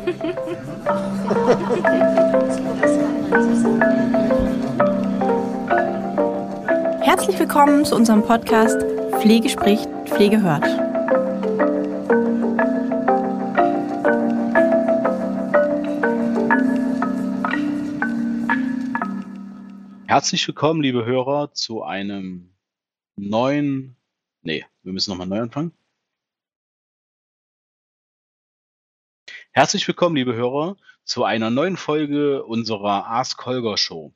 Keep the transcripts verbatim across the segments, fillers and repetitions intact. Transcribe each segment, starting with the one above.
Herzlich willkommen zu unserem Podcast Pflege spricht, Pflege hört. Herzlich willkommen, liebe Hörer, zu einem neuen... Nee, wir müssen nochmal neu anfangen. Herzlich willkommen, liebe Hörer, zu einer neuen Folge unserer Ask Holger Show.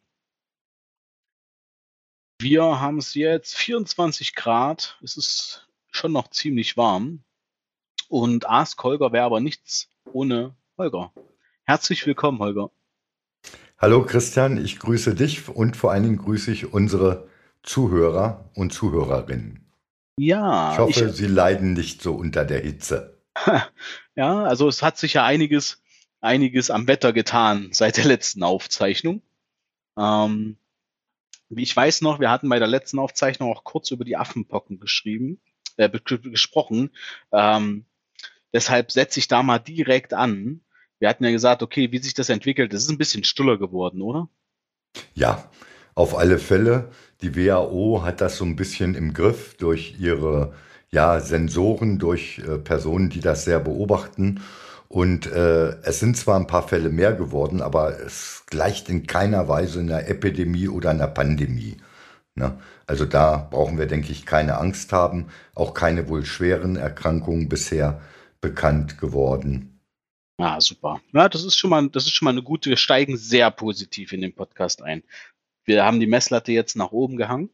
Wir haben es jetzt vierundzwanzig Grad, es ist schon noch ziemlich warm und Ask Holger wäre aber nichts ohne Holger. Herzlich willkommen, Holger. Hallo Christian, ich grüße dich und vor allen Dingen grüße ich unsere Zuhörer und Zuhörerinnen. Ja, Ich hoffe, ich, Sie leiden nicht so unter der Hitze. ja, also es hat sich ja einiges, einiges am Wetter getan seit der letzten Aufzeichnung. Ähm, wie ich weiß noch, wir hatten bei der letzten Aufzeichnung auch kurz über die Affenpocken geschrieben, äh, be- gesprochen. Ähm, deshalb setze ich da mal direkt an. Wir hatten ja gesagt, okay, wie sich das entwickelt, das ist ein bisschen stiller geworden, oder? Ja, auf alle Fälle. Die W H O hat das so ein bisschen im Griff durch ihre ja, Sensoren, durch äh, Personen, die das sehr beobachten. Und äh, es sind zwar ein paar Fälle mehr geworden, aber es gleicht in keiner Weise einer Epidemie oder einer Pandemie. Ne? Also da brauchen wir, denke ich, keine Angst haben. Auch keine wohl schweren Erkrankungen bisher bekannt geworden. Ah, super. Ja, das ist schon mal, das ist schon mal eine gute, wir steigen sehr positiv in den Podcast ein. Wir haben die Messlatte jetzt nach oben gehangen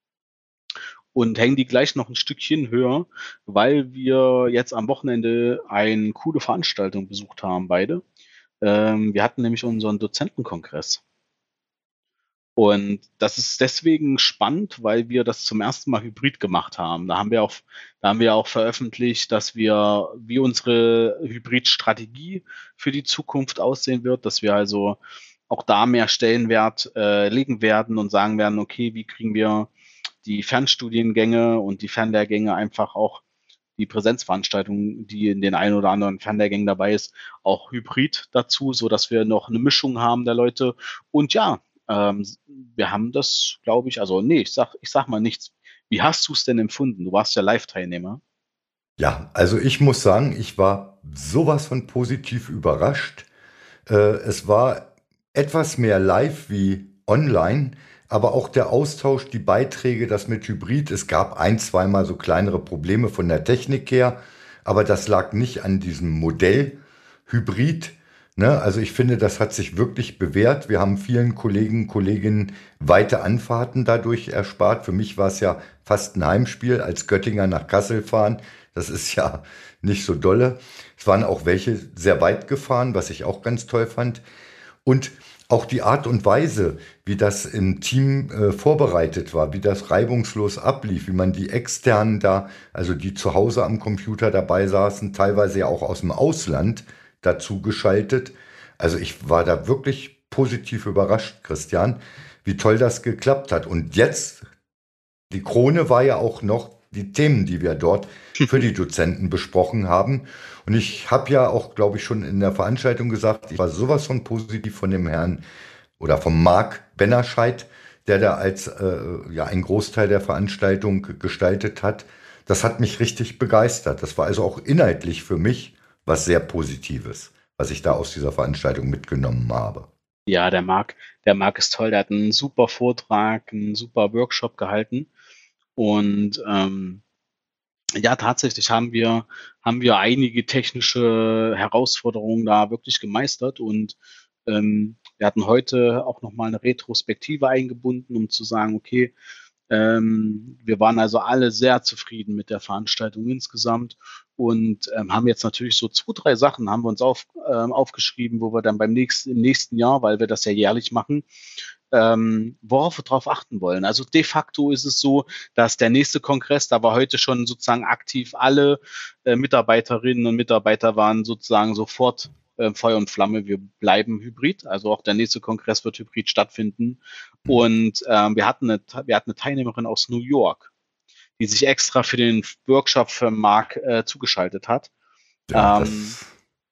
und hängen die gleich noch ein Stückchen höher, weil wir jetzt am Wochenende eine coole Veranstaltung besucht haben, beide. Ähm, wir hatten nämlich unseren Dozentenkongress. Und das ist deswegen spannend, weil wir das zum ersten Mal hybrid gemacht haben. Da haben wir auch, da haben wir auch veröffentlicht, dass wir, wie unsere Hybrid-Strategie für die Zukunft aussehen wird, dass wir also auch da mehr Stellenwert äh, legen werden und sagen werden, okay, wie kriegen wir die Fernstudiengänge und die Fernlehrgänge einfach auch die Präsenzveranstaltung, die in den ein oder anderen Fernlehrgängen dabei ist, auch hybrid dazu, so dass wir noch eine Mischung haben der Leute. Und ja, ähm, wir haben das, glaube ich, also nee, ich sag, ich sag mal nichts. Wie hast du es denn empfunden? Du warst ja Live-Teilnehmer. Ja, also ich muss sagen, ich war sowas von positiv überrascht. Äh, es war etwas mehr live wie online, aber auch der Austausch, die Beiträge, das mit Hybrid. Es gab ein, zweimal so kleinere Probleme von der Technik her, aber das lag nicht an diesem Modell Hybrid. Ne? Also ich finde, das hat sich wirklich bewährt. Wir haben vielen Kollegen, Kolleginnen weite Anfahrten dadurch erspart. Für mich war es ja fast ein Heimspiel, als Göttinger nach Kassel fahren. Das ist ja nicht so dolle. Es waren auch welche sehr weit gefahren, was ich auch ganz toll fand. Und auch die Art und Weise, wie das im Team äh, vorbereitet war, wie das reibungslos ablief, wie man die Externen da, also die zu Hause am Computer dabei saßen, teilweise ja auch aus dem Ausland dazu geschaltet. Also ich war da wirklich positiv überrascht, Christian, wie toll das geklappt hat. Und jetzt, die Krone war ja auch noch die Themen, die wir dort für die Dozenten besprochen haben. Und ich habe ja auch, glaube ich, schon in der Veranstaltung gesagt, ich war sowas von positiv von dem Herrn oder vom Marc Bennerscheid, der da als äh, ja einen Großteil der Veranstaltung gestaltet hat. Das hat mich richtig begeistert. Das war also auch inhaltlich für mich was sehr Positives, was ich da aus dieser Veranstaltung mitgenommen habe. Ja, der Marc, der Marc ist toll. Der hat einen super Vortrag, einen super Workshop gehalten. Und ähm, ja, tatsächlich haben wir, haben wir einige technische Herausforderungen da wirklich gemeistert und ähm, wir hatten heute auch nochmal eine Retrospektive eingebunden, um zu sagen, okay, ähm, wir waren also alle sehr zufrieden mit der Veranstaltung insgesamt und ähm, haben jetzt natürlich so zwei, drei Sachen haben wir uns auf, ähm, aufgeschrieben, wo wir dann beim nächsten, im nächsten Jahr, weil wir das ja jährlich machen, ähm, worauf wir drauf achten wollen. Also de facto ist es so, dass der nächste Kongress, da war heute schon sozusagen aktiv alle äh, Mitarbeiterinnen und Mitarbeiter waren sozusagen sofort äh, Feuer und Flamme. Wir bleiben hybrid, also auch der nächste Kongress wird hybrid stattfinden. Und ähm, wir hatten eine, wir hatten eine Teilnehmerin aus New York, die sich extra für den Workshop für Marc äh, zugeschaltet hat. Ja, Ähm, das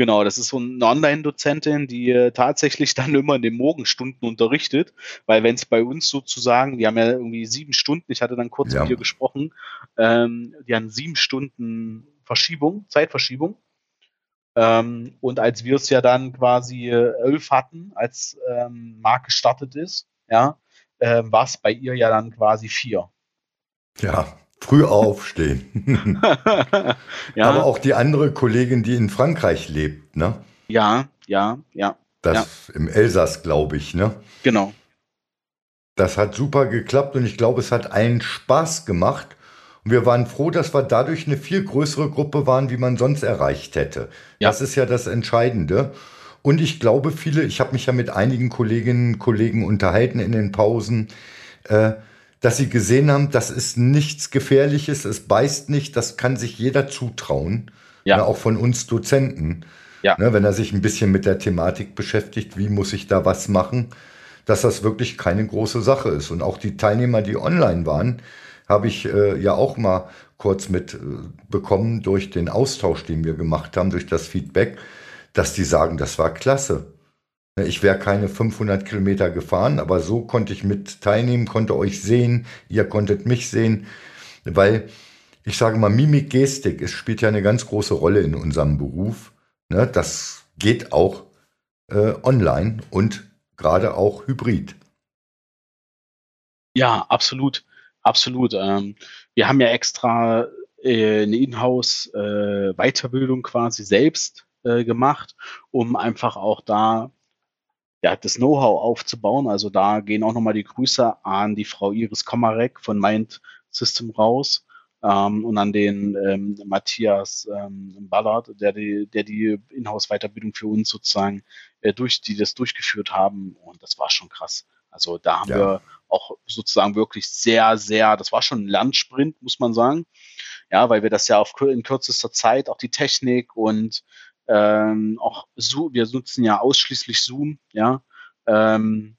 Genau, das ist so eine Online-Dozentin, die äh, tatsächlich dann immer in den Morgenstunden unterrichtet, weil wenn es bei uns sozusagen, die haben ja irgendwie sieben Stunden, ich hatte dann kurz mit Ja, ihr gesprochen, ähm, die haben sieben Stunden Verschiebung, Zeitverschiebung. Ähm, und als wir es ja dann quasi äh, elf hatten, als ähm, Marc gestartet ist, ja, ähm, war es bei ihr ja dann quasi vier. ja, früh aufstehen. Aber Ja, auch die andere Kollegin, die in Frankreich lebt, ne? ja, ja, ja, ja, Das im Elsass, glaube ich, ne? genau. Das hat super geklappt und ich glaube, es hat allen Spaß gemacht. Und wir waren froh, dass wir dadurch eine viel größere Gruppe waren, wie man sonst erreicht hätte. Ja, Das ist ja das Entscheidende. Und ich glaube, viele, ich habe mich ja mit einigen Kolleginnen und Kollegen unterhalten in den Pausen, äh, dass sie gesehen haben, das ist nichts Gefährliches, es beißt nicht, das kann sich jeder zutrauen, ja, ne, auch von uns Dozenten, ja. ne, wenn er sich ein bisschen mit der Thematik beschäftigt, wie muss ich da was machen, dass das wirklich keine große Sache ist. Und auch die Teilnehmer, die online waren, habe ich äh, ja auch mal kurz mit äh, bekommen durch den Austausch, den wir gemacht haben, durch das Feedback, dass die sagen, das war klasse. Ne, ich wäre keine fünfhundert Kilometer gefahren, aber so konnte ich mit teilnehmen, konnte euch sehen, ihr konntet mich sehen, weil ich sage mal, Mimik, Gestik, es spielt ja eine ganz große Rolle in unserem Beruf. Ne, das geht auch äh, online und gerade auch hybrid. Ja, absolut, absolut. Ähm, wir haben ja extra äh, eine Inhouse-Weiterbildung quasi selbst äh, gemacht, um einfach auch da ja, das Know-how aufzubauen. Also da gehen auch nochmal die Grüße an die Frau Iris Komarek von Mind System raus ähm, und an den ähm, Matthias ähm, Ballard, der die, der die Inhouse-Weiterbildung für uns sozusagen äh, durch, die das durchgeführt haben. Und das war schon krass. Also da haben Ja, wir auch sozusagen wirklich sehr, sehr, das war schon ein Lernsprint, muss man sagen. Ja, weil wir das ja auf, in kürzester Zeit auch die Technik und ähm, auch Zoom, wir nutzen ja ausschließlich Zoom, ja, ähm,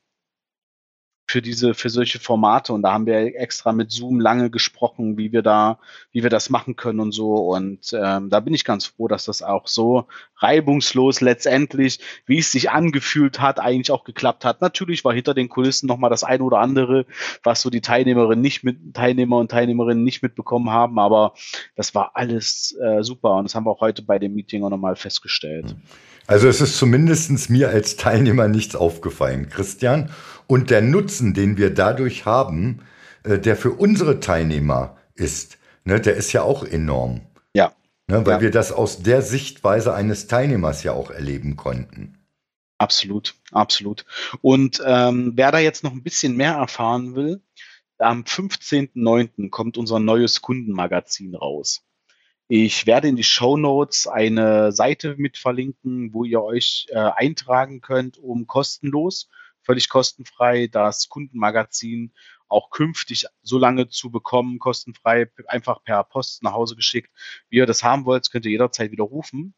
für diese, für solche Formate und da haben wir extra mit Zoom lange gesprochen, wie wir da, wie wir das machen können und so und ähm, da bin ich ganz froh, dass das auch so reibungslos letztendlich, wie es sich angefühlt hat, eigentlich auch geklappt hat. Natürlich war hinter den Kulissen nochmal das eine oder andere, was so die Teilnehmerinnen nicht mit, Teilnehmer und Teilnehmerinnen nicht mitbekommen haben, aber das war alles äh, super und das haben wir auch heute bei dem Meeting auch nochmal festgestellt. also es ist zumindest mir als Teilnehmer nichts aufgefallen, Christian. Und der Nutzen, den wir dadurch haben, äh, der für unsere Teilnehmer ist, ne, der ist ja auch enorm. Ja, Ne, weil ja. wir das aus der Sichtweise eines Teilnehmers ja auch erleben konnten. Absolut, absolut. Und ähm, wer da jetzt noch ein bisschen mehr erfahren will, am fünfzehnten neunten kommt unser neues Kundenmagazin raus. Ich werde in die Shownotes eine Seite mit verlinken, wo ihr euch äh, eintragen könnt, um kostenlos, völlig kostenfrei das Kundenmagazin auch künftig so lange zu bekommen, kostenfrei, einfach per Post nach Hause geschickt. Wie ihr das haben wollt, könnt ihr jederzeit widerrufen.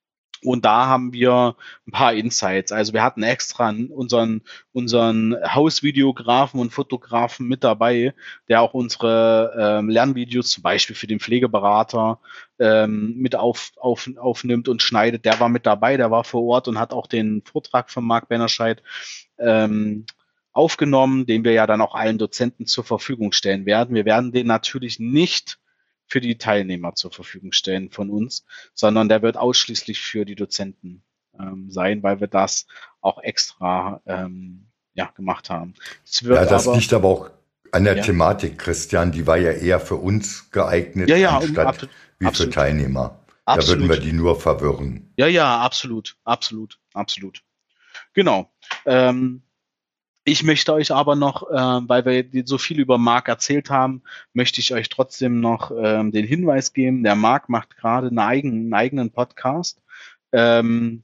Und da haben wir ein paar Insights. Also wir hatten extra unseren, unseren Hausvideografen und Fotografen mit dabei, der auch unsere ähm, Lernvideos zum Beispiel für den Pflegeberater ähm, mit auf, auf, aufnimmt und schneidet. Der war mit dabei, der war vor Ort und hat auch den Vortrag von Marc Bennerscheid ähm, aufgenommen, den wir ja dann auch allen Dozenten zur Verfügung stellen werden. Wir werden den natürlich nicht für die Teilnehmer zur Verfügung stellen von uns, sondern der wird ausschließlich für die Dozenten ähm, sein, weil wir das auch extra ähm, ja, gemacht haben. Es Ja, wird das aber, liegt aber auch an der ja, Thematik, Christian. Die war ja eher für uns ja, geeignet, ja, um, anstatt ab, wie für absolut, Teilnehmer. Da würden wir absolut. die nur verwirren. Ja, ja, absolut, absolut, absolut. Genau. Ähm, Ich möchte euch aber noch, äh, weil wir so viel über Marc erzählt haben, möchte ich euch trotzdem noch ähm, den Hinweis geben, der Marc macht gerade einen eigenen, einen eigenen Podcast. Ähm,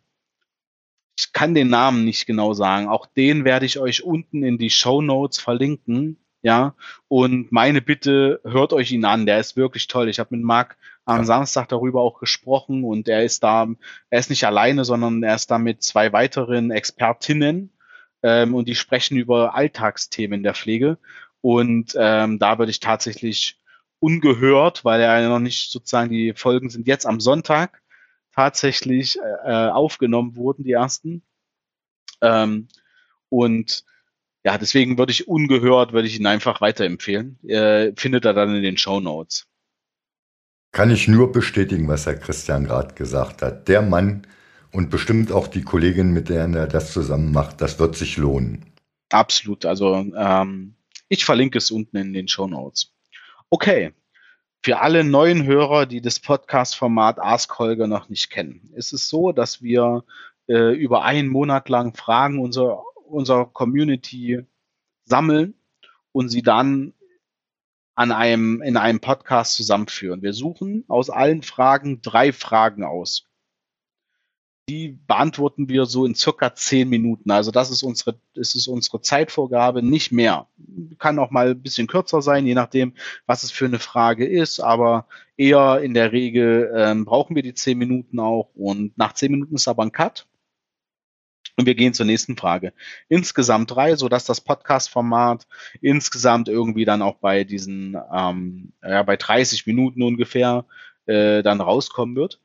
Ich kann den Namen nicht genau sagen. Auch den werde ich euch unten in die Show Notes verlinken. Ja, und meine Bitte, hört euch ihn an. Der ist wirklich toll. Ich habe mit Marc am Ja, Samstag darüber auch gesprochen und er ist da, er ist nicht alleine, sondern er ist da mit zwei weiteren Expertinnen ähm, und die sprechen über Alltagsthemen der Pflege. Und ähm, da würde ich tatsächlich ungehört, weil er ja noch nicht sozusagen, die Folgen sind jetzt am Sonntag tatsächlich äh, aufgenommen wurden, die ersten. Ähm, und ja, deswegen würde ich ungehört, würde ich ihn einfach weiterempfehlen. Äh, findet er dann in den Shownotes. Kann ich nur bestätigen, was Herr Christian gerade gesagt hat. Der Mann und bestimmt auch die Kollegin, mit der er das zusammen macht, das wird sich lohnen. Absolut. Also ähm, ich verlinke es unten in den Shownotes. Okay. Für alle neuen Hörer, die das Podcast-Format Ask Holger noch nicht kennen, ist es so, dass wir äh, über einen Monat lang Fragen unserer, unserer Community sammeln und sie dann an einem, in einem Podcast zusammenführen. Wir suchen aus allen Fragen drei Fragen aus. Die beantworten wir so in circa zehn Minuten. Also das ist unsere, das ist unsere Zeitvorgabe, nicht mehr. Kann auch mal ein bisschen kürzer sein, je nachdem, was es für eine Frage ist. Aber eher in der Regel ähm, brauchen wir die zehn Minuten auch. Und nach zehn Minuten ist aber ein Cut. Und wir gehen zur nächsten Frage. Insgesamt drei, sodass das Podcast-Format insgesamt irgendwie dann auch bei diesen, ähm, ja, bei dreißig Minuten ungefähr äh, dann rauskommen wird.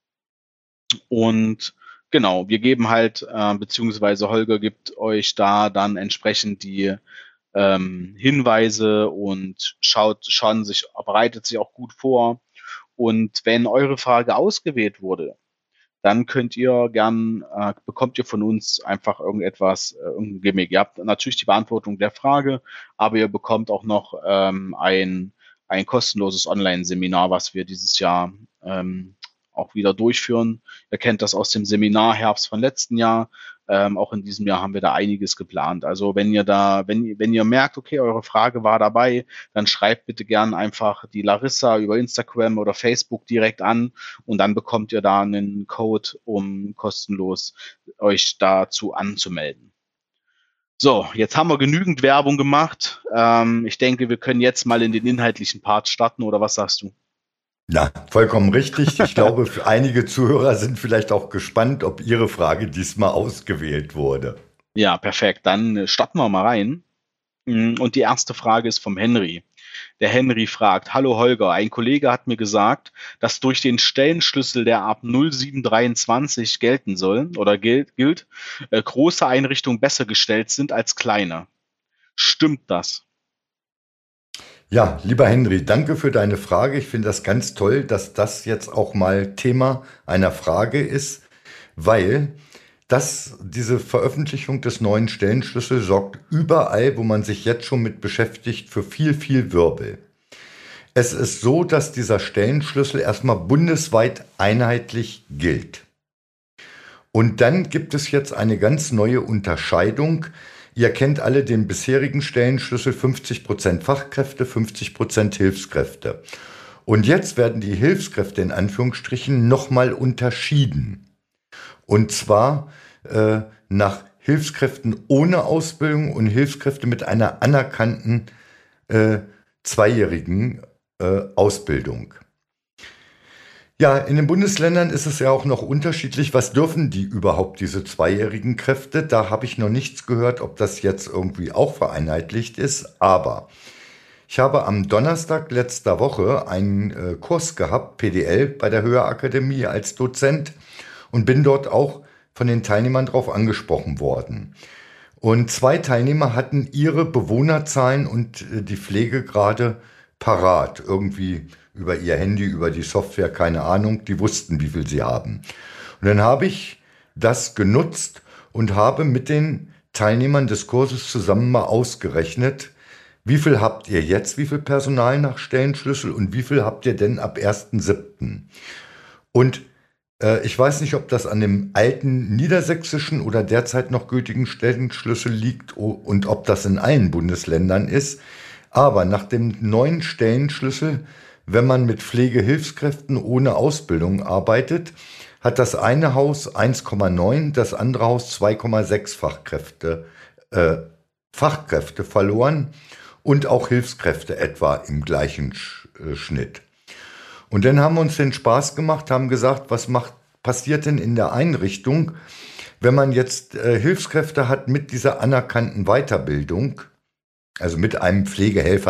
Und genau, wir geben halt, äh, beziehungsweise Holger gibt euch da dann entsprechend die ähm, Hinweise und schaut schon sich, bereitet sich auch gut vor. Und wenn eure Frage ausgewählt wurde, dann könnt ihr gern, äh, bekommt ihr von uns einfach irgendetwas, äh, irgendein Gimmick. Ihr habt natürlich die Beantwortung der Frage, aber ihr bekommt auch noch ähm, ein, ein kostenloses Online-Seminar, was wir dieses Jahr ähm, auch wieder durchführen. Ihr kennt das aus dem Seminarherbst von letzten Jahr. Ähm, auch in diesem Jahr haben wir da einiges geplant. Also wenn ihr da, wenn, wenn ihr merkt, okay, eure Frage war dabei, dann schreibt bitte gern einfach die Larissa über Instagram oder Facebook direkt an und dann bekommt ihr da einen Code, um kostenlos euch dazu anzumelden. So, jetzt haben wir genügend Werbung gemacht. Ähm, ich denke, wir können jetzt mal in den inhaltlichen Part starten, oder was sagst du? Ja, vollkommen richtig. Ich glaube, für einige Zuhörer sind vielleicht auch gespannt, ob ihre Frage diesmal ausgewählt wurde. Ja, perfekt. Dann äh, starten wir mal rein. Mm, Und die erste Frage ist vom Henry. Der Henry fragt: Hallo Holger, ein Kollege hat mir gesagt, dass durch den Stellenschlüssel, der ab null sieben dreiundzwanzig gelten soll oder gilt, gilt äh, große Einrichtungen besser gestellt sind als kleine. Stimmt das? Ja, lieber Henry, danke für deine Frage. Ich finde das ganz toll, dass das jetzt auch mal Thema einer Frage ist, weil das, diese Veröffentlichung des neuen Stellenschlüssels sorgt überall, wo man sich jetzt schon mit beschäftigt, für viel, viel Wirbel. Es ist so, dass dieser Stellenschlüssel erstmal bundesweit einheitlich gilt. Und dann gibt es jetzt eine ganz neue Unterscheidung. Ihr kennt alle den bisherigen Stellenschlüssel, fünfzig Prozent Fachkräfte, fünfzig Prozent Hilfskräfte. Und jetzt werden die Hilfskräfte in Anführungsstrichen nochmal unterschieden. Und zwar äh, nach Hilfskräften ohne Ausbildung und Hilfskräfte mit einer anerkannten äh, zweijährigen äh, Ausbildung. Ja, in den Bundesländern ist es ja auch noch unterschiedlich. Was dürfen die überhaupt, diese zweijährigen Kräfte? Da habe ich noch nichts gehört, ob das jetzt irgendwie auch vereinheitlicht ist. Aber ich habe am Donnerstag letzter Woche einen äh, Kurs gehabt, P D L, bei der Höherakademie als Dozent und bin dort auch von den Teilnehmern drauf angesprochen worden. Und zwei Teilnehmer hatten ihre Bewohnerzahlen und äh, die Pflegegrade parat, irgendwie über ihr Handy, über die Software, keine Ahnung, die wussten, wie viel sie haben. Und dann habe ich das genutzt und habe mit den Teilnehmern des Kurses zusammen mal ausgerechnet, wie viel habt ihr jetzt, wie viel Personal nach Stellenschlüssel und wie viel habt ihr denn ab ersten siebten Und äh, ich weiß nicht, ob das an dem alten niedersächsischen oder derzeit noch gültigen Stellenschlüssel liegt und ob das in allen Bundesländern ist, aber nach dem neuen Stellenschlüssel, wenn man mit Pflegehilfskräften ohne Ausbildung arbeitet, hat das eine Haus eins Komma neun, das andere Haus zwei Komma sechs Fachkräfte, äh, Fachkräfte verloren und auch Hilfskräfte etwa im gleichen Sch äh, Schnitt. Und dann haben wir uns den Spaß gemacht, haben gesagt, was macht, passiert denn in der Einrichtung, wenn man jetzt äh, Hilfskräfte hat mit dieser anerkannten Weiterbildung, also mit einem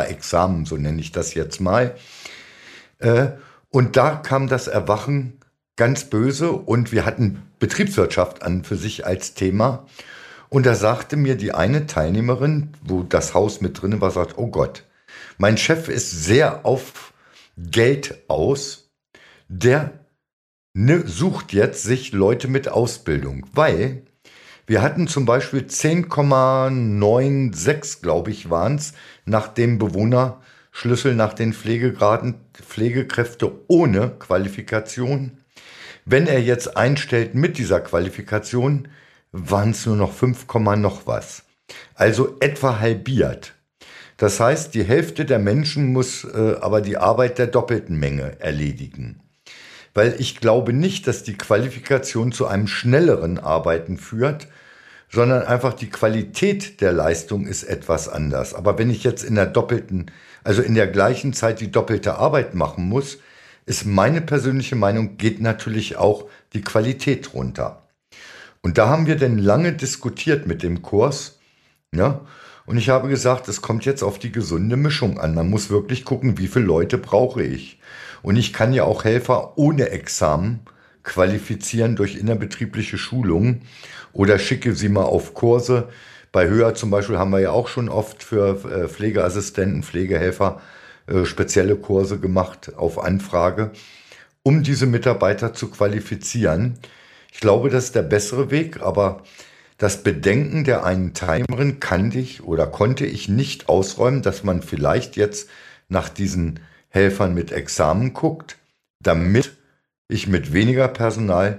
Pflegehelferexamen, so nenne ich das jetzt mal. Äh, und da kam das Erwachen ganz böse und wir hatten Betriebswirtschaft an für sich als Thema. Und da sagte mir die eine Teilnehmerin, wo das Haus mit drin war, sagt, oh Gott, mein Chef ist sehr auf Geld aus, der ne, sucht jetzt sich Leute mit Ausbildung, weil wir hatten zum Beispiel zehn Komma sechsundneunzig, glaube ich, waren es, nach dem Bewohnerschlüssel, nach den Pflegegraden, Pflegekräfte ohne Qualifikation. Wenn er jetzt einstellt mit dieser Qualifikation, waren es nur noch fünf, noch was. Also etwa halbiert. Das heißt, die Hälfte der Menschen muss äh, aber die Arbeit der doppelten Menge erledigen. Weil ich glaube nicht, dass die Qualifikation zu einem schnelleren Arbeiten führt, sondern einfach die Qualität der Leistung ist etwas anders. Aber wenn ich jetzt in der doppelten, also in der gleichen Zeit die doppelte Arbeit machen muss, ist meine persönliche Meinung, geht natürlich auch die Qualität runter. Und da haben wir dann lange diskutiert mit dem Kurs, ja, und ich habe gesagt, es kommt jetzt auf die gesunde Mischung an. Man muss wirklich gucken, wie viele Leute brauche ich. Und ich kann ja auch Helfer ohne Examen qualifizieren durch innerbetriebliche Schulungen oder schicke sie mal auf Kurse. Bei Höher zum Beispiel haben wir ja auch schon oft für Pflegeassistenten, Pflegehelfer äh, spezielle Kurse gemacht auf Anfrage, um diese Mitarbeiter zu qualifizieren. Ich glaube, das ist der bessere Weg, aber das Bedenken der einen Teilnehmerin kannte ich oder konnte ich nicht ausräumen, dass man vielleicht jetzt nach diesen Helfern mit Examen guckt, damit ich mit weniger Personal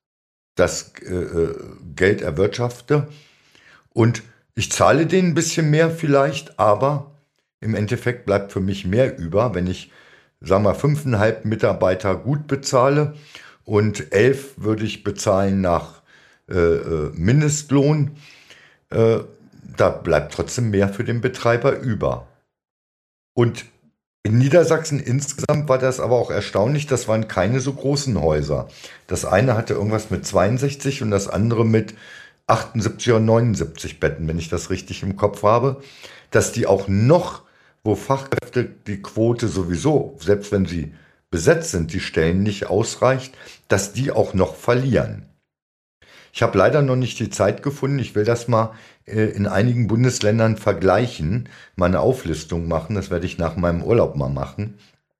das äh, Geld erwirtschafte. Und ich zahle denen ein bisschen mehr vielleicht, aber im Endeffekt bleibt für mich mehr über, wenn ich, sagen wir, fünfeinhalb Mitarbeiter gut bezahle und elf würde ich bezahlen nach äh, Mindestlohn. Äh, da bleibt trotzdem mehr für den Betreiber über. Und in Niedersachsen insgesamt war das aber auch erstaunlich, das waren keine so großen Häuser. Das eine hatte irgendwas mit zweiundsechzig und das andere mit achtundsiebzig oder neunundsiebzig Betten, wenn ich das richtig im Kopf habe, dass die auch noch, wo Fachkräfte die Quote sowieso, selbst wenn sie besetzt sind, die Stellen nicht ausreicht, dass die auch noch verlieren. Ich habe leider noch nicht die Zeit gefunden, ich will das mal äh, in einigen Bundesländern vergleichen, mal eine Auflistung machen, das werde ich nach meinem Urlaub mal machen,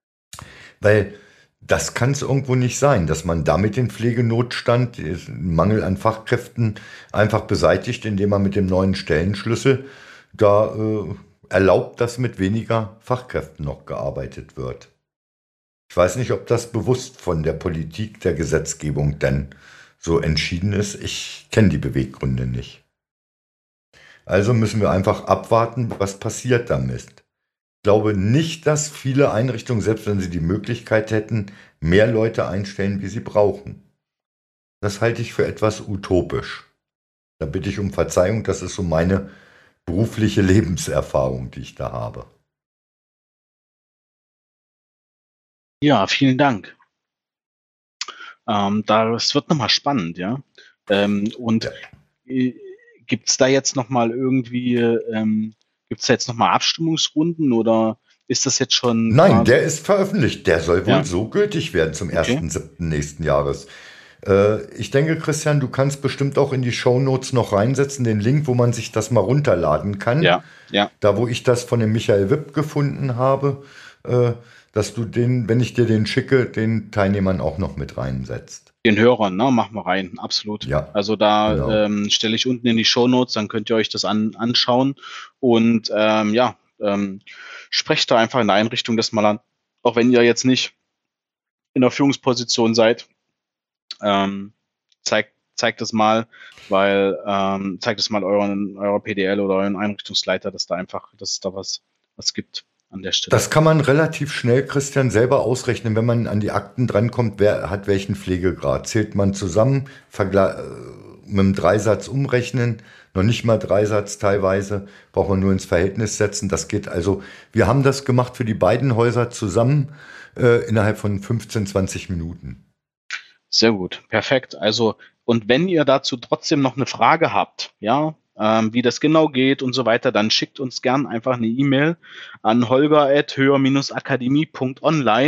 weil das kann es irgendwo nicht sein, dass man damit den Pflegenotstand, den Mangel an Fachkräften einfach beseitigt, indem man mit dem neuen Stellenschlüssel da äh, erlaubt, dass mit weniger Fachkräften noch gearbeitet wird. Ich weiß nicht, ob das bewusst von der Politik der Gesetzgebung denn so entschieden ist. Ich kenne die Beweggründe nicht. Also müssen wir einfach abwarten, was passiert damit. Ich glaube nicht, dass viele Einrichtungen, selbst wenn sie die Möglichkeit hätten, mehr Leute einstellen, wie sie brauchen. Das halte ich für etwas utopisch. Da bitte ich um Verzeihung, das ist so meine berufliche Lebenserfahrung, die ich da habe. Ja, vielen Dank. Ähm, das wird nochmal spannend, ja. Ähm, und ja. Gibt es da jetzt nochmal irgendwie, ähm, gibt es da jetzt nochmal Abstimmungsrunden oder ist das jetzt schon... Nein, der ist veröffentlicht. Der soll wohl ja. so gültig werden zum ersten siebten nächsten Jahres. Äh, ich denke, Christian, du kannst bestimmt auch in die Shownotes noch reinsetzen, den Link, wo man sich das mal runterladen kann. Ja, ja. Da, wo ich das von dem Michael Wipp gefunden habe, äh, dass du den, wenn ich dir den schicke, den Teilnehmern auch noch mit reinsetzt. Den Hörern, ne, machen wir rein, absolut. Ja, also da genau. ähm, stelle ich unten in die Shownotes, dann könnt ihr euch das an, anschauen und ähm, ja, ähm, sprecht da einfach in der Einrichtung das mal an, auch wenn ihr jetzt nicht in der Führungsposition seid, ähm, zeigt zeigt es mal, weil ähm, zeigt es mal euren eurer P D L oder euren Einrichtungsleiter, dass da einfach, dass es da was was gibt an der Stelle. Das kann man relativ schnell, Christian, selber ausrechnen, wenn man an die Akten drankommt, wer hat welchen Pflegegrad. Zählt man zusammen, vergle- mit dem Dreisatz umrechnen, noch nicht mal Dreisatz teilweise, braucht man nur ins Verhältnis setzen. Das geht also, wir haben das gemacht für die beiden Häuser zusammen äh, innerhalb von fünfzehn, zwanzig Minuten. Sehr gut, perfekt. Also, und wenn ihr dazu trotzdem noch eine Frage habt, ja, ähm, wie das genau geht und so weiter, dann schickt uns gern einfach eine E-Mail an holger at höher akademie punkt online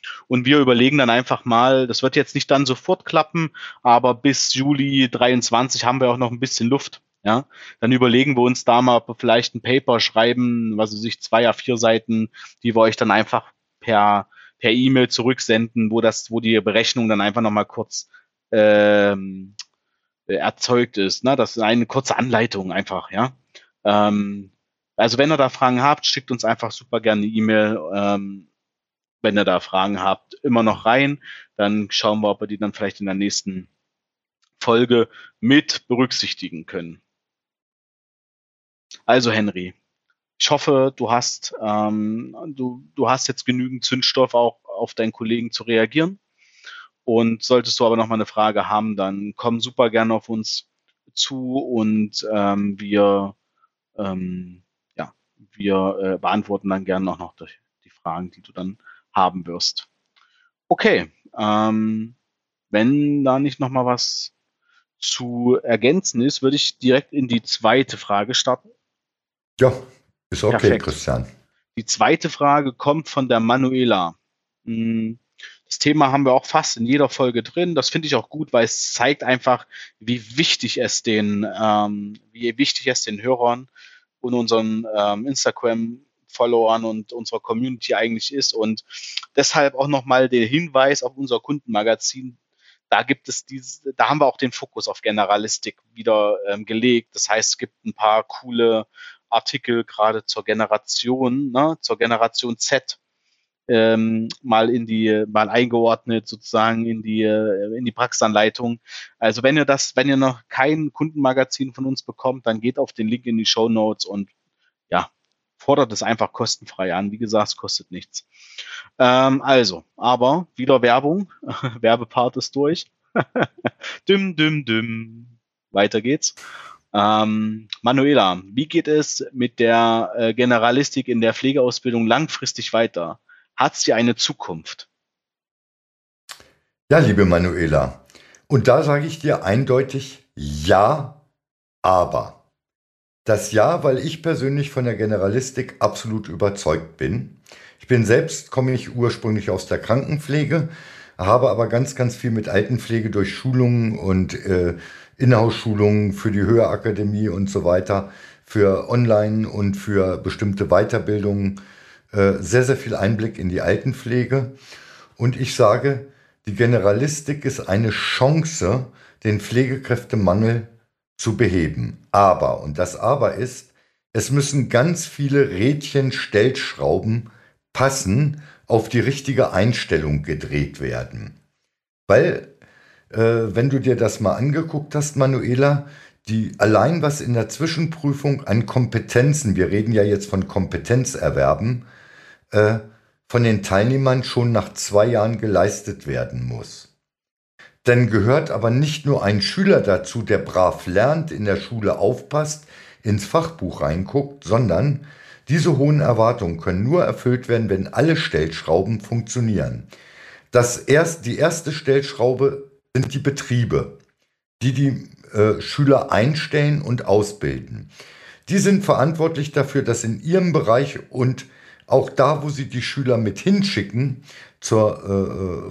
Und wir überlegen dann einfach mal, das wird jetzt nicht dann sofort klappen, aber bis Juli dreiundzwanzig haben wir auch noch ein bisschen Luft. Ja, dann überlegen wir uns da mal vielleicht ein Paper schreiben, was weiß ich, zwei A vier Seiten, die wir euch dann einfach per per E-Mail zurücksenden, wo das, wo die Berechnung dann einfach nochmal kurz ähm, erzeugt ist. Ne? Das ist eine kurze Anleitung einfach, ja. Ähm, also wenn ihr da Fragen habt, schickt uns einfach super gerne eine E-Mail. Ähm, wenn ihr da Fragen habt, immer noch rein. Dann schauen wir, ob wir die dann vielleicht in der nächsten Folge mit berücksichtigen können. Also Henry, ich hoffe, du hast, ähm, du, du hast jetzt genügend Zündstoff auch auf deinen Kollegen zu reagieren. Und solltest du aber noch mal eine Frage haben, dann komm super gerne auf uns zu und ähm, wir, ähm, ja, wir äh, beantworten dann gerne auch noch die, die Fragen, die du dann haben wirst. Okay, ähm, wenn da nicht noch mal was zu ergänzen ist, würde ich direkt in die zweite Frage starten. Ja, ist okay, Perfekt. Christian. Die zweite Frage kommt von der Manuela. Das Thema haben wir auch fast in jeder Folge drin. Das finde ich auch gut, weil es zeigt einfach, wie wichtig es den, ähm, wie wichtig es den Hörern und unseren ähm, Instagram-Followern und unserer Community eigentlich ist. Und deshalb auch nochmal den Hinweis auf unser Kundenmagazin. Da gibt es diese, da haben wir auch den Fokus auf Generalistik wieder ähm, gelegt. Das heißt, es gibt ein paar coole Artikel gerade zur Generation, ne, zur Generation Z, ähm, mal in die, mal eingeordnet sozusagen in die, in die Praxisanleitung. Also wenn ihr das, wenn ihr noch kein Kundenmagazin von uns bekommt, dann geht auf den Link in die Shownotes und ja, fordert es einfach kostenfrei an. Wie gesagt, es kostet nichts. Ähm, also, aber wieder Werbung. Werbepart ist durch. Düm, düm, düm. Weiter geht's. Ähm, Manuela, wie geht es mit der äh, Generalistik in der Pflegeausbildung langfristig weiter? Hat sie eine Zukunft? Ja, liebe Manuela, und da sage ich dir eindeutig ja, aber. Das Ja, weil ich persönlich von der Generalistik absolut überzeugt bin. Ich bin selbst, komme ich ursprünglich aus der Krankenpflege, habe aber ganz, ganz viel mit Altenpflege durch Schulungen und äh, Inhouse-Schulungen für die Höherakademie und so weiter, für Online und für bestimmte Weiterbildungen äh, sehr, sehr viel Einblick in die Altenpflege. Und ich sage, die Generalistik ist eine Chance, den Pflegekräftemangel zu beheben. Aber, und das Aber ist, es müssen ganz viele Rädchen, Stellschrauben passen, auf die richtige Einstellung gedreht werden. Weil, äh, wenn du dir das mal angeguckt hast, Manuela, die allein was in der Zwischenprüfung an Kompetenzen, wir reden ja jetzt von Kompetenzerwerben, äh, von den Teilnehmern schon nach zwei Jahren geleistet werden muss. Dann gehört aber nicht nur ein Schüler dazu, der brav lernt, in der Schule aufpasst, ins Fachbuch reinguckt, sondern diese hohen Erwartungen können nur erfüllt werden, wenn alle Stellschrauben funktionieren. Das erst, die erste Stellschraube sind die Betriebe, die die äh, Schüler einstellen und ausbilden. Die sind verantwortlich dafür, dass in ihrem Bereich und auch da, wo sie die Schüler mit hinschicken zur äh,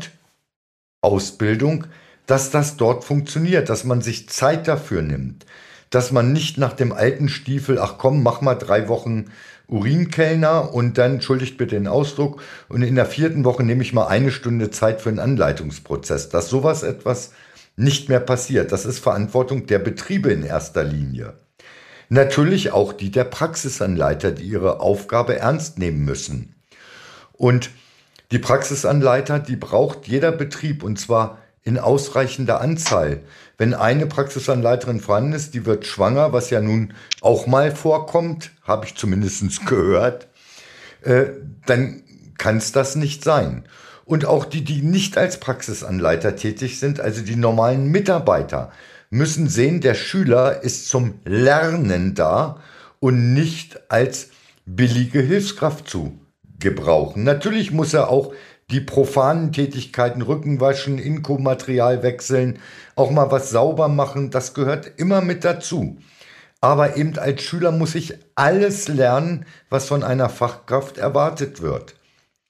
Fremdausbildung, dass das dort funktioniert, dass man sich Zeit dafür nimmt, dass man nicht nach dem alten Stiefel, ach komm, mach mal drei Wochen Urinkellner und dann, entschuldigt bitte den Ausdruck, und in der vierten Woche nehme ich mal eine Stunde Zeit für einen Anleitungsprozess, dass sowas etwas nicht mehr passiert. Das ist Verantwortung der Betriebe in erster Linie. Natürlich auch die der Praxisanleiter, die ihre Aufgabe ernst nehmen müssen. Und die Praxisanleiter, die braucht jeder Betrieb, und zwar in ausreichender Anzahl. Wenn eine Praxisanleiterin vorhanden ist, die wird schwanger, was ja nun auch mal vorkommt, habe ich zumindest gehört, äh, dann kann es das nicht sein. Und auch die, die nicht als Praxisanleiter tätig sind, also die normalen Mitarbeiter, müssen sehen, der Schüler ist zum Lernen da und nicht als billige Hilfskraft zu gebrauchen. Natürlich muss er auch die profanen Tätigkeiten, Rücken waschen, Inkomaterial wechseln, auch mal was sauber machen, das gehört immer mit dazu. Aber eben als Schüler muss ich alles lernen, was von einer Fachkraft erwartet wird.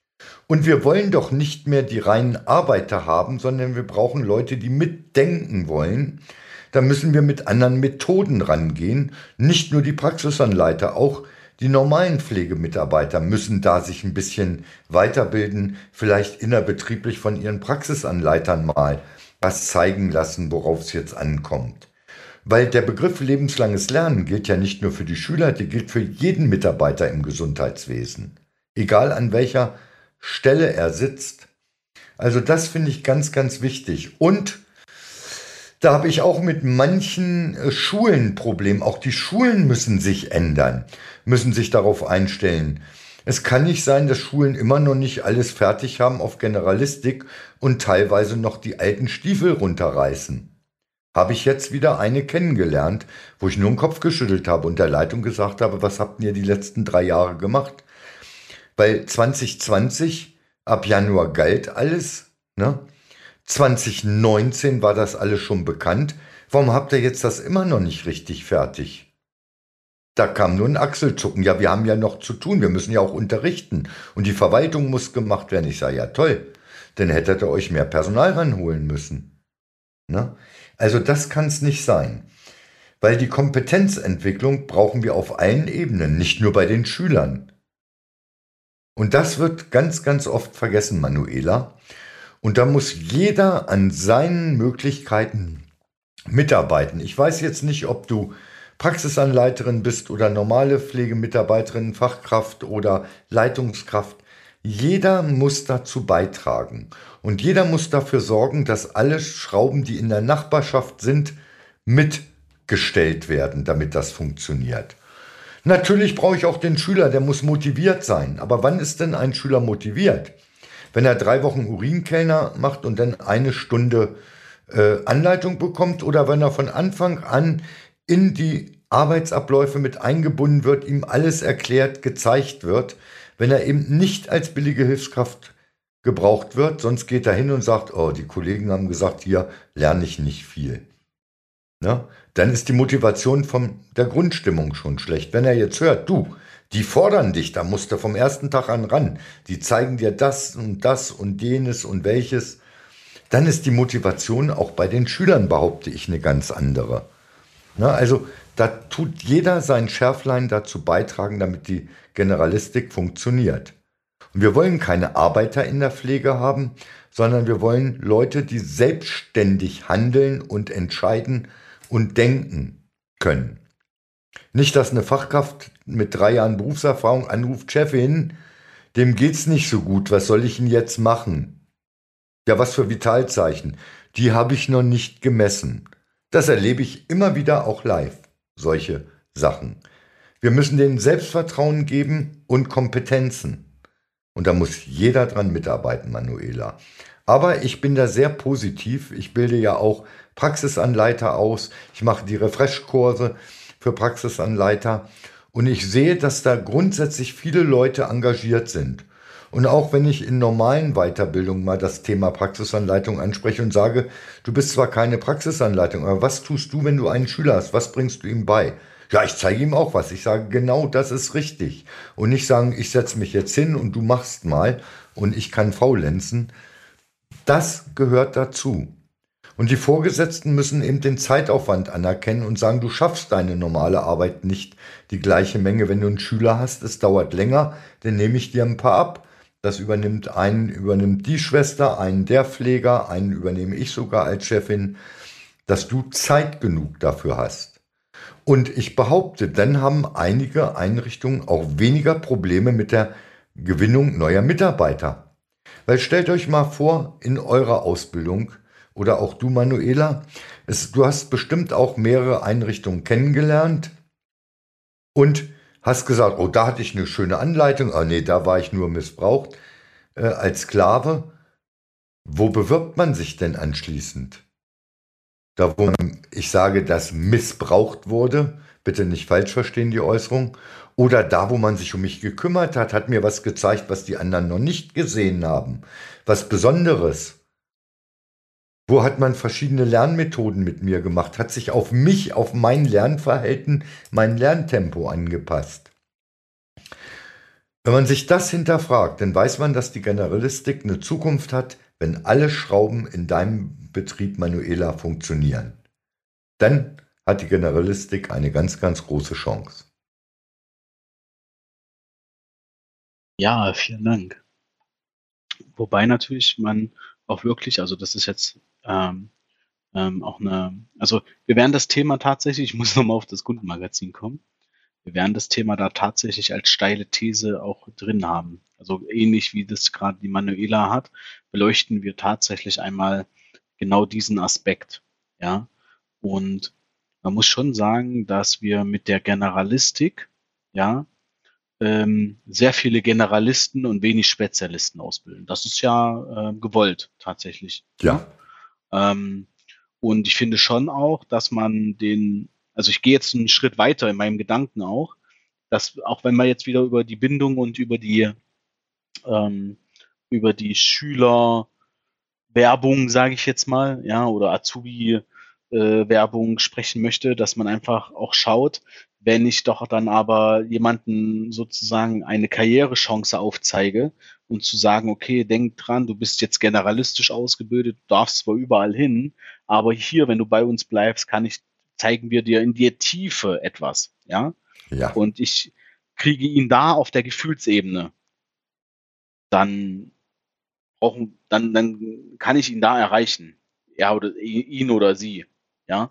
Und wir wollen doch nicht mehr die reinen Arbeiter haben, sondern wir brauchen Leute, die mitdenken wollen. Da müssen wir mit anderen Methoden rangehen. Nicht nur die Praxisanleiter, auch die normalen Pflegemitarbeiter müssen da sich ein bisschen weiterbilden, vielleicht innerbetrieblich von ihren Praxisanleitern mal was zeigen lassen, worauf es jetzt ankommt. Weil der Begriff lebenslanges Lernen gilt ja nicht nur für die Schüler, der gilt für jeden Mitarbeiter im Gesundheitswesen. Egal an welcher Stelle er sitzt. Also das finde ich ganz, ganz wichtig. Und da habe ich auch mit manchen äh, Schulen ein Problem. Auch die Schulen müssen sich ändern, müssen sich darauf einstellen. Es kann nicht sein, dass Schulen immer noch nicht alles fertig haben auf Generalistik und teilweise noch die alten Stiefel runterreißen. Habe ich jetzt wieder eine kennengelernt, wo ich nur den Kopf geschüttelt habe und der Leitung gesagt habe, was habt ihr die letzten drei Jahre gemacht? Weil zwanzig zwanzig, ab Januar galt alles, ne? zwanzig neunzehn war das alles schon bekannt. Warum habt ihr jetzt das immer noch nicht richtig fertig? Da kam nur ein Achselzucken. Ja, wir haben ja noch zu tun, wir müssen ja auch unterrichten. Und die Verwaltung muss gemacht werden. Ich sage, ja toll, dann hättet ihr euch mehr Personal ranholen müssen. Ne? Also das kann es nicht sein. Weil die Kompetenzentwicklung brauchen wir auf allen Ebenen, nicht nur bei den Schülern. Und das wird ganz, ganz oft vergessen, Manuela. Und da muss jeder an seinen Möglichkeiten mitarbeiten. Ich weiß jetzt nicht, ob du Praxisanleiterin bist oder normale Pflegemitarbeiterin, Fachkraft oder Leitungskraft. Jeder muss dazu beitragen. Und jeder muss dafür sorgen, dass alle Schrauben, die in der Nachbarschaft sind, mitgestellt werden, damit das funktioniert. Natürlich brauche ich auch den Schüler, der muss motiviert sein. Aber wann ist denn ein Schüler motiviert? Wenn er drei Wochen Urinkellner macht und dann eine Stunde äh, Anleitung bekommt oder wenn er von Anfang an in die Arbeitsabläufe mit eingebunden wird, ihm alles erklärt, gezeigt wird, wenn er eben nicht als billige Hilfskraft gebraucht wird, sonst geht er hin und sagt, oh, die Kollegen haben gesagt, hier lerne ich nicht viel. Ne? Dann ist die Motivation von der Grundstimmung schon schlecht. Wenn er jetzt hört, du, die fordern dich, da musst du vom ersten Tag an ran, die zeigen dir das und das und jenes und welches, dann ist die Motivation auch bei den Schülern, behaupte ich, eine ganz andere. Ne? Also da tut jeder sein Schärflein dazu beitragen, damit die Generalistik funktioniert. Und wir wollen keine Arbeiter in der Pflege haben, sondern wir wollen Leute, die selbstständig handeln und entscheiden und denken können. Nicht, dass eine Fachkraft mit drei Jahren Berufserfahrung anruft, Chefin, dem geht's nicht so gut, was soll ich denn jetzt machen? Ja, was für Vitalzeichen? Die habe ich noch nicht gemessen. Das erlebe ich immer wieder auch live, solche Sachen. Wir müssen denen Selbstvertrauen geben und Kompetenzen. Und da muss jeder dran mitarbeiten, Manuela. Aber ich bin da sehr positiv. Ich bilde ja auch Praxisanleiter aus. Ich mache die Refresh-Kurse für Praxisanleiter. Und ich sehe, dass da grundsätzlich viele Leute engagiert sind. Und auch wenn ich in normalen Weiterbildungen mal das Thema Praxisanleitung anspreche und sage, du bist zwar keine Praxisanleitung, aber was tust du, wenn du einen Schüler hast? Was bringst du ihm bei? Ja, ich zeige ihm auch was. Ich sage, genau das ist richtig. Und nicht sagen, ich setze mich jetzt hin und du machst mal und ich kann faulenzen. Das gehört dazu. Und die Vorgesetzten müssen eben den Zeitaufwand anerkennen und sagen, du schaffst deine normale Arbeit nicht die gleiche Menge. Wenn du einen Schüler hast, es dauert länger, dann nehme ich dir ein paar ab. Das übernimmt einen, übernimmt die Schwester, einen der Pfleger, einen übernehme ich sogar als Chefin, dass du Zeit genug dafür hast. Und ich behaupte, dann haben einige Einrichtungen auch weniger Probleme mit der Gewinnung neuer Mitarbeiter. Weil stellt euch mal vor, in eurer Ausbildung, oder auch du, Manuela, es, du hast bestimmt auch mehrere Einrichtungen kennengelernt und hast gesagt, oh, da hatte ich eine schöne Anleitung, oh nee, da war ich nur missbraucht äh, als Sklave. Wo bewirbt man sich denn anschließend? Da, wo man, ich sage, das missbraucht wurde, bitte nicht falsch verstehen die Äußerung, oder da, wo man sich um mich gekümmert hat, hat mir was gezeigt, was die anderen noch nicht gesehen haben, was Besonderes. Wo hat man verschiedene Lernmethoden mit mir gemacht, hat sich auf mich, auf mein Lernverhalten, mein Lerntempo angepasst. Wenn man sich das hinterfragt, dann weiß man, dass die Generalistik eine Zukunft hat, wenn alle Schrauben in deinem Betrieb, Manuela, funktionieren. Dann hat die Generalistik eine ganz, ganz große Chance. Ja, vielen Dank. Wobei natürlich man auch wirklich, also das ist jetzt ähm, ähm, auch eine, also wir werden das Thema tatsächlich, ich muss nochmal auf das Kundenmagazin kommen, wir werden das Thema da tatsächlich als steile These auch drin haben. Also ähnlich wie das gerade die Manuela hat, beleuchten wir tatsächlich einmal genau diesen Aspekt. Ja, und man muss schon sagen, dass wir mit der Generalistik, ja, ähm, sehr viele Generalisten und wenig Spezialisten ausbilden. Das ist ja äh, gewollt tatsächlich. Ne? Ja, Ähm, und ich finde schon auch, dass man den, also ich gehe jetzt einen Schritt weiter in meinem Gedanken auch, dass auch wenn man jetzt wieder über die Bindung und über die ähm, über die Schülerwerbung, sage ich jetzt mal, ja, oder Azubi äh, Werbung sprechen möchte, dass man einfach auch schaut, wenn ich doch dann aber jemanden sozusagen eine Karrierechance aufzeige und zu sagen, okay, denk dran, du bist jetzt generalistisch ausgebildet, du darfst zwar überall hin, aber hier, wenn du bei uns bleibst, kann ich, zeigen wir dir in der Tiefe etwas, ja. ja, Und ich kriege ihn da auf der Gefühlsebene, dann brauchen, dann, dann kann ich ihn da erreichen. Er oder ihn oder sie, ja.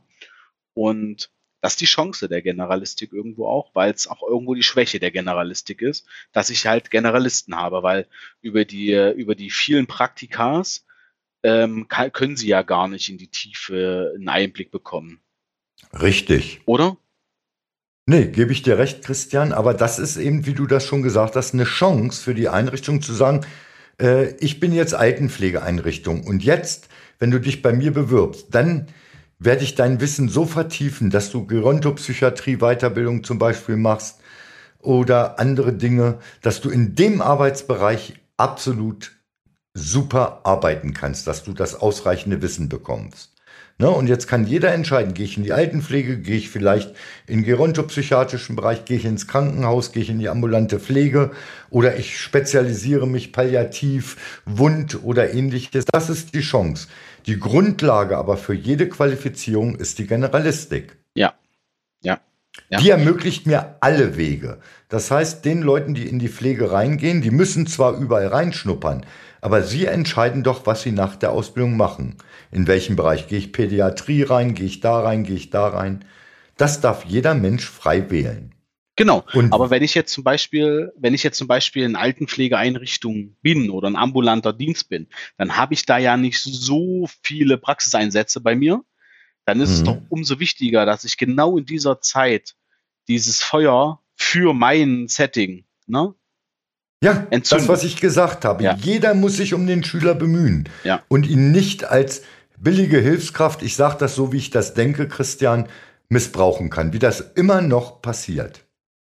Und das ist die Chance der Generalistik irgendwo auch, weil es auch irgendwo die Schwäche der Generalistik ist, dass ich halt Generalisten habe, weil über die, über die vielen Praktikas ähm, kann, können sie ja gar nicht in die Tiefe einen Einblick bekommen, richtig. oder? Nee, gebe ich dir recht, Christian, aber das ist eben, wie du das schon gesagt hast, eine Chance für die Einrichtung zu sagen, äh, ich bin jetzt Altenpflegeeinrichtung und jetzt, wenn du dich bei mir bewirbst, dann werde ich dein Wissen so vertiefen, dass du Gerontopsychiatrie Weiterbildung zum Beispiel machst oder andere Dinge, dass du in dem Arbeitsbereich absolut super arbeiten kannst, dass du das ausreichende Wissen bekommst. Ne? Und jetzt kann jeder entscheiden, gehe ich in die Altenpflege, gehe ich vielleicht in den gerontopsychiatrischen Bereich, gehe ich ins Krankenhaus, gehe ich in die ambulante Pflege oder ich spezialisiere mich palliativ, Wund oder ähnliches. Das ist die Chance. Die Grundlage aber für jede Qualifizierung ist die Generalistik. Ja, ja, ja. Die ermöglicht mir alle Wege. Das heißt, den Leuten, die in die Pflege reingehen, die müssen zwar überall reinschnuppern, aber sie entscheiden doch, was sie nach der Ausbildung machen. In welchem Bereich gehe ich Pädiatrie rein, gehe ich da rein, gehe ich da rein. Das darf jeder Mensch frei wählen. Genau, Und aber wenn ich jetzt zum Beispiel, wenn ich jetzt zum Beispiel in Altenpflegeeinrichtung bin oder ein ambulanter Dienst bin, dann habe ich da ja nicht so viele Praxiseinsätze bei mir. Dann ist es doch mhm. umso wichtiger, dass ich genau in dieser Zeit dieses Feuer für mein Setting, ne, Ja, das, entzünde. was ich gesagt habe, Ja, jeder muss sich um den Schüler bemühen ja. und ihn nicht als billige Hilfskraft, ich sage das so, wie ich das denke, Christian, missbrauchen kann, wie das immer noch passiert.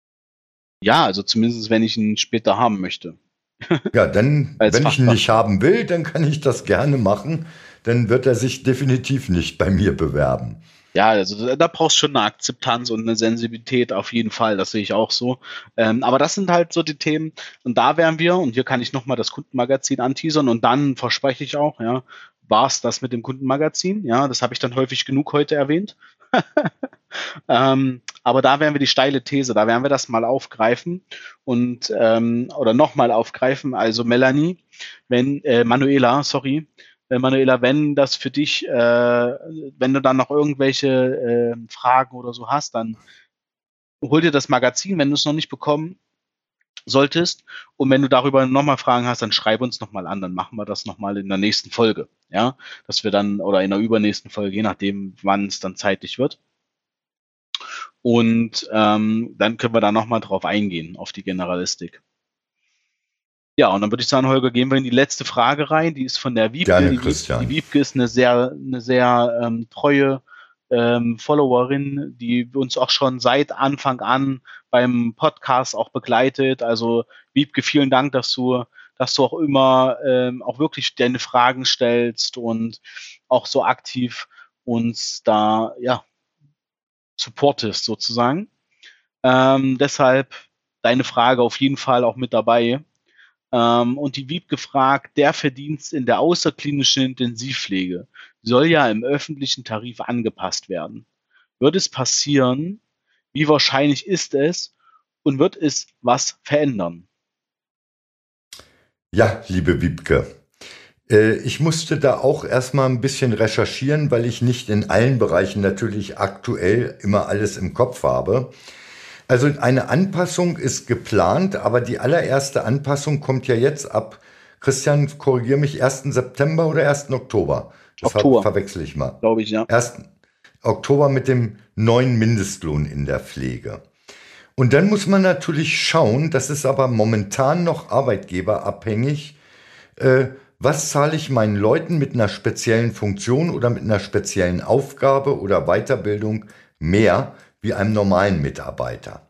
Ja, also zumindest wenn ich ihn später haben möchte, Ja, dann, als wenn ich ihn Fachkraft. nicht haben will, dann kann ich das gerne machen. Dann wird er sich definitiv nicht bei mir bewerben. Ja, also da, da brauchst schon eine Akzeptanz und eine Sensibilität auf jeden Fall, das sehe ich auch so. Ähm, aber das sind halt so die Themen und da wären wir, und hier kann ich nochmal das Kundenmagazin anteasern und dann verspreche ich auch, ja, war es das mit dem Kundenmagazin, ja, das habe ich dann häufig genug heute erwähnt. Ähm, aber da werden wir die steile These, da werden wir das mal aufgreifen und ähm, oder nochmal aufgreifen. Also Melanie, wenn äh, Manuela, sorry, äh, Manuela, wenn das für dich, äh, wenn du dann noch irgendwelche äh, Fragen oder so hast, dann hol dir das Magazin, wenn du es noch nicht bekommen solltest. Und wenn du darüber nochmal Fragen hast, dann schreib uns nochmal an, dann machen wir das nochmal in der nächsten Folge. Ja, dass wir dann, oder in der übernächsten Folge, je nachdem, wann es dann zeitlich wird. Und ähm, dann können wir da nochmal drauf eingehen, auf die Generalistik. Ja, und dann würde ich sagen, Holger, gehen wir in die letzte Frage rein. Die ist von der Wiebke. Gerne, Die, Wieb, die Christian. Wiebke ist eine sehr, eine sehr ähm, treue ähm, Followerin, die uns auch schon seit Anfang an beim Podcast auch begleitet. Also Wiebke, vielen Dank, dass du, dass du auch immer ähm, auch wirklich deine Fragen stellst und auch so aktiv uns da ja supportest sozusagen. Ähm, deshalb deine Frage auf jeden Fall auch mit dabei. Ähm, und die Wiebke fragt, der Verdienst in der außerklinischen Intensivpflege soll ja im öffentlichen Tarif angepasst werden. Wird es passieren? Wie wahrscheinlich ist es? Und wird es was verändern? Ja, liebe Wiebke, äh, ich musste da auch erstmal ein bisschen recherchieren, weil ich nicht in allen Bereichen natürlich aktuell immer alles im Kopf habe. Also eine Anpassung ist geplant, aber die allererste Anpassung kommt ja jetzt ab, Christian, korrigier mich, ersten September oder ersten Oktober? Das ver Oktober, verwechsel ich mal. glaube ich, ja. ersten Oktober mit dem neuen Mindestlohn in der Pflege. Und dann muss man natürlich schauen, das ist aber momentan noch arbeitgeberabhängig, äh, was zahle ich meinen Leuten mit einer speziellen Funktion oder mit einer speziellen Aufgabe oder Weiterbildung mehr wie einem normalen Mitarbeiter.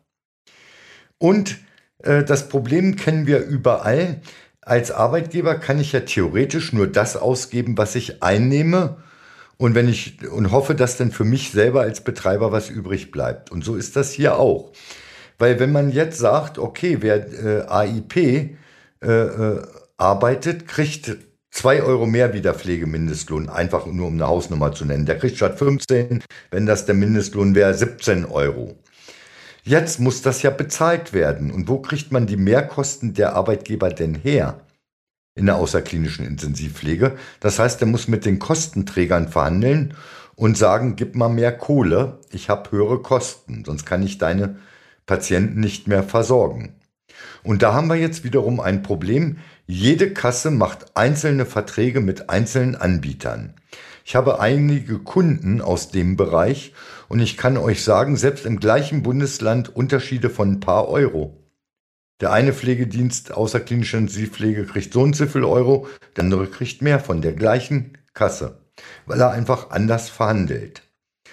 Und äh, das Problem kennen wir überall. Als Arbeitgeber kann ich ja theoretisch nur das ausgeben, was ich einnehme und wenn ich und hoffe, dass dann für mich selber als Betreiber was übrig bleibt. Und so ist das hier auch. Weil wenn man jetzt sagt, okay, wer äh, A I P äh, äh, arbeitet, kriegt zwei Euro mehr wie der Pflegemindestlohn, einfach nur um eine Hausnummer zu nennen. Der kriegt statt fünfzehn, wenn das der Mindestlohn wäre, siebzehn Euro. Jetzt muss das ja bezahlt werden. Und wo kriegt man die Mehrkosten der Arbeitgeber denn her? In der außerklinischen Intensivpflege. Das heißt, er muss mit den Kostenträgern verhandeln und sagen, gib mal mehr Kohle, ich habe höhere Kosten, sonst kann ich deine Patienten nicht mehr versorgen. Und da haben wir jetzt wiederum ein Problem. Jede Kasse macht einzelne Verträge mit einzelnen Anbietern. Ich habe einige Kunden aus dem Bereich und ich kann euch sagen, selbst im gleichen Bundesland Unterschiede von ein paar Euro. Der eine Pflegedienst außerklinische Intensivpflege kriegt so und so viel Euro, der andere kriegt mehr von der gleichen Kasse, weil er einfach anders verhandelt.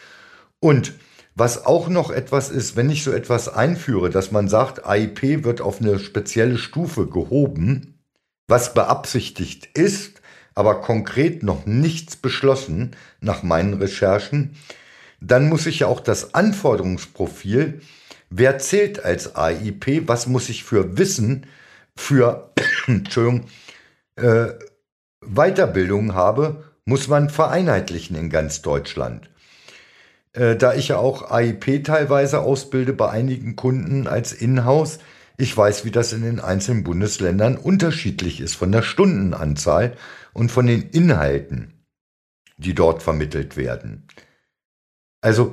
Und was auch noch etwas ist, wenn ich so etwas einführe, dass man sagt, A I P wird auf eine spezielle Stufe gehoben, was beabsichtigt ist, aber konkret noch nichts beschlossen nach meinen Recherchen, dann muss ich ja auch das Anforderungsprofil, wer zählt als A I P, was muss ich für Wissen, für Entschuldigung, äh, Weiterbildung habe, muss man vereinheitlichen in ganz Deutschland. Äh, da ich ja auch A I P teilweise ausbilde bei einigen Kunden als Inhouse, ich weiß, wie das in den einzelnen Bundesländern unterschiedlich ist von der Stundenanzahl und von den Inhalten, die dort vermittelt werden. Also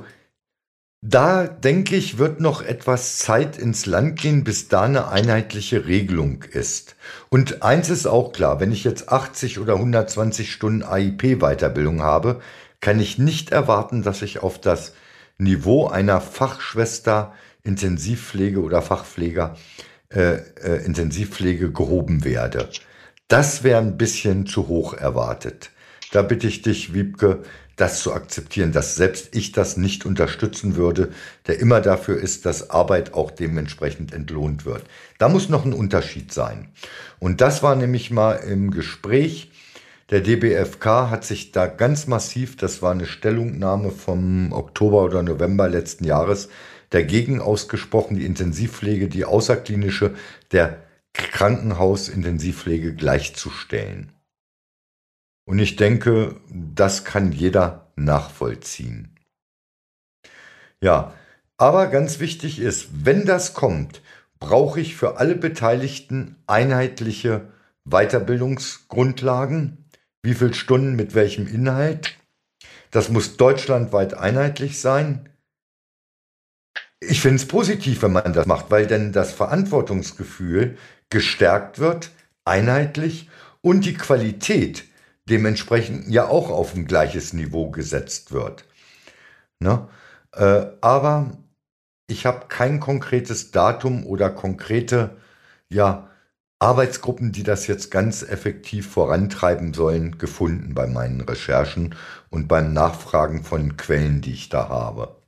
da, denke ich, wird noch etwas Zeit ins Land gehen, bis da eine einheitliche Regelung ist. Und eins ist auch klar, wenn ich jetzt achtzig oder hundertzwanzig Stunden A I P-Weiterbildung habe, kann ich nicht erwarten, dass ich auf das Niveau einer Fachschwester Intensivpflege oder Fachpfleger äh, äh, Intensivpflege gehoben werde. Das wäre ein bisschen zu hoch erwartet. Da bitte ich dich, Wiebke, das zu akzeptieren, dass selbst ich das nicht unterstützen würde, der immer dafür ist, dass Arbeit auch dementsprechend entlohnt wird. Da muss noch ein Unterschied sein. Und das war nämlich mal im Gespräch. Der D B F K hat sich da ganz massiv, das war eine Stellungnahme vom Oktober oder November letzten Jahres, dagegen ausgesprochen, die Intensivpflege, die außerklinische, der Krankenhausintensivpflege gleichzustellen. Und ich denke, das kann jeder nachvollziehen. Ja, aber ganz wichtig ist, wenn das kommt, brauche ich für alle Beteiligten einheitliche Weiterbildungsgrundlagen. Wie viele Stunden mit welchem Inhalt? Das muss deutschlandweit einheitlich sein. Ich finde es positiv, wenn man das macht, weil dann das Verantwortungsgefühl gestärkt wird, einheitlich, und die Qualität dementsprechend ja auch auf ein gleiches Niveau gesetzt wird. Ne? Äh, aber ich habe kein konkretes Datum oder konkrete ja, Arbeitsgruppen, die das jetzt ganz effektiv vorantreiben sollen, gefunden bei meinen Recherchen und beim Nachfragen von Quellen, die ich da habe.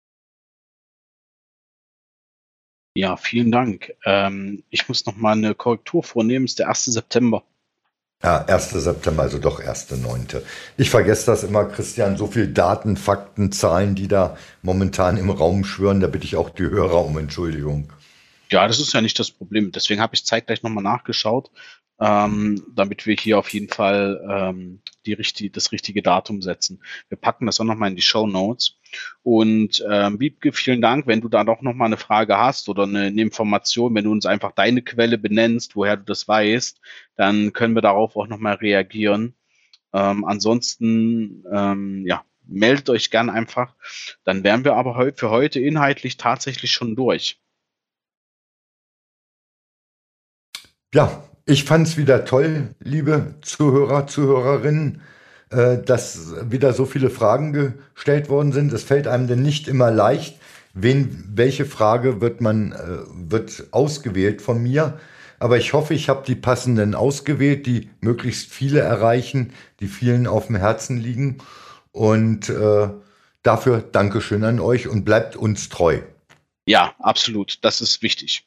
Ja, vielen Dank. Ähm, ich muss noch mal eine Korrektur vornehmen. Es ist der erste September. Ja, erster September, also doch erster neunte Ich vergesse das immer, Christian, so viel Daten, Fakten, Zahlen, die da momentan im Raum schwören, da bitte ich auch die Hörer um Entschuldigung. Ja, das ist ja nicht das Problem. Deswegen habe ich zeitgleich nochmal nachgeschaut, ähm, damit wir hier auf jeden Fall ähm, die richtig, das richtige Datum setzen. Wir packen das auch nochmal in die Show Notes. Und ähm, Wiebke, vielen Dank. Wenn du da doch nochmal eine Frage hast oder eine, eine Information, wenn du uns einfach deine Quelle benennst, woher du das weißt, dann können wir darauf auch nochmal reagieren. Ähm, ansonsten, ähm, ja, meldet euch gern einfach. Dann wären wir aber heu für heute inhaltlich tatsächlich schon durch. Ja, ich fand es wieder toll, liebe Zuhörer, Zuhörerinnen, äh, dass wieder so viele Fragen gestellt worden sind. Es fällt einem denn nicht immer leicht, wen, welche Frage wird man, äh, wird ausgewählt von mir. Aber ich hoffe, ich habe die passenden ausgewählt, die möglichst viele erreichen, die vielen auf dem Herzen liegen. Und äh, dafür Dankeschön an euch und bleibt uns treu. Ja, absolut. Das ist wichtig.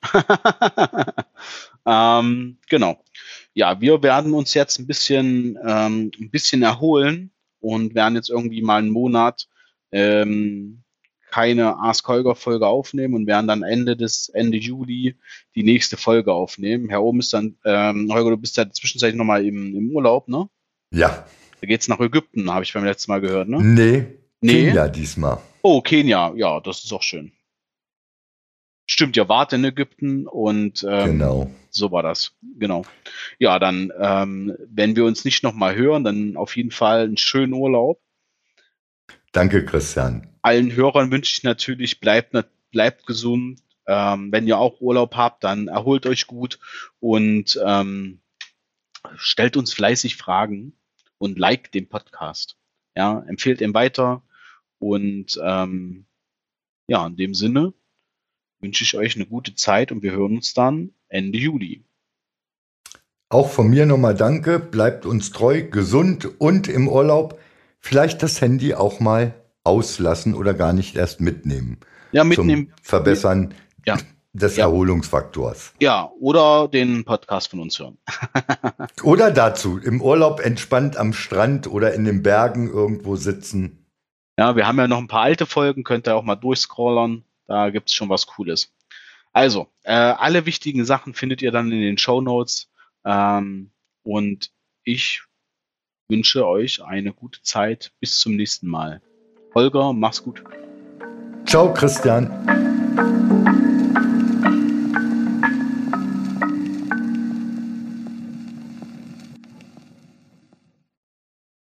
ähm, genau. Ja, wir werden uns jetzt ein bisschen, ähm, ein bisschen erholen und werden jetzt irgendwie mal einen Monat ähm, keine Ask Holger Folge aufnehmen und werden dann Ende des Ende Juli die nächste Folge aufnehmen. Herr Ohm ist dann, ähm, Holger, du bist ja zwischenzeitlich nochmal im, im Urlaub, ne? Ja, Da geht's nach Ägypten, habe ich beim letzten Mal gehört, ne? nee, Nee? Kenia diesmal. Oh, Kenia, ja, das ist auch schön. Stimmt, ihr wart in Ägypten und ähm, Genau. so war das. Genau. Ja, dann, ähm, wenn wir uns nicht nochmal hören, dann auf jeden Fall einen schönen Urlaub. Danke, Christian. Allen Hörern wünsche ich natürlich, bleibt, nat- bleibt gesund. Ähm, wenn ihr auch Urlaub habt, dann erholt euch gut und ähm, stellt uns fleißig Fragen und liked den Podcast. Ja, empfehlt ihn weiter und ähm, ja, in dem Sinne wünsche ich euch eine gute Zeit und wir hören uns dann Ende Juli. Auch von mir nochmal danke, bleibt uns treu, gesund und im Urlaub vielleicht das Handy auch mal auslassen oder gar nicht erst mitnehmen. Ja, Zum mitnehmen. Verbessern Ja, des ja, Erholungsfaktors. ja, oder den Podcast von uns hören. Oder dazu, im Urlaub entspannt am Strand oder in den Bergen irgendwo sitzen. Ja, wir haben ja noch ein paar alte Folgen, könnt ihr auch mal durchscrollern. Da gibt's schon was Cooles. Also, äh, alle wichtigen Sachen findet ihr dann in den Shownotes. Ähm, und ich wünsche euch eine gute Zeit. Bis zum nächsten Mal. Holger, mach's gut. Ciao, Christian.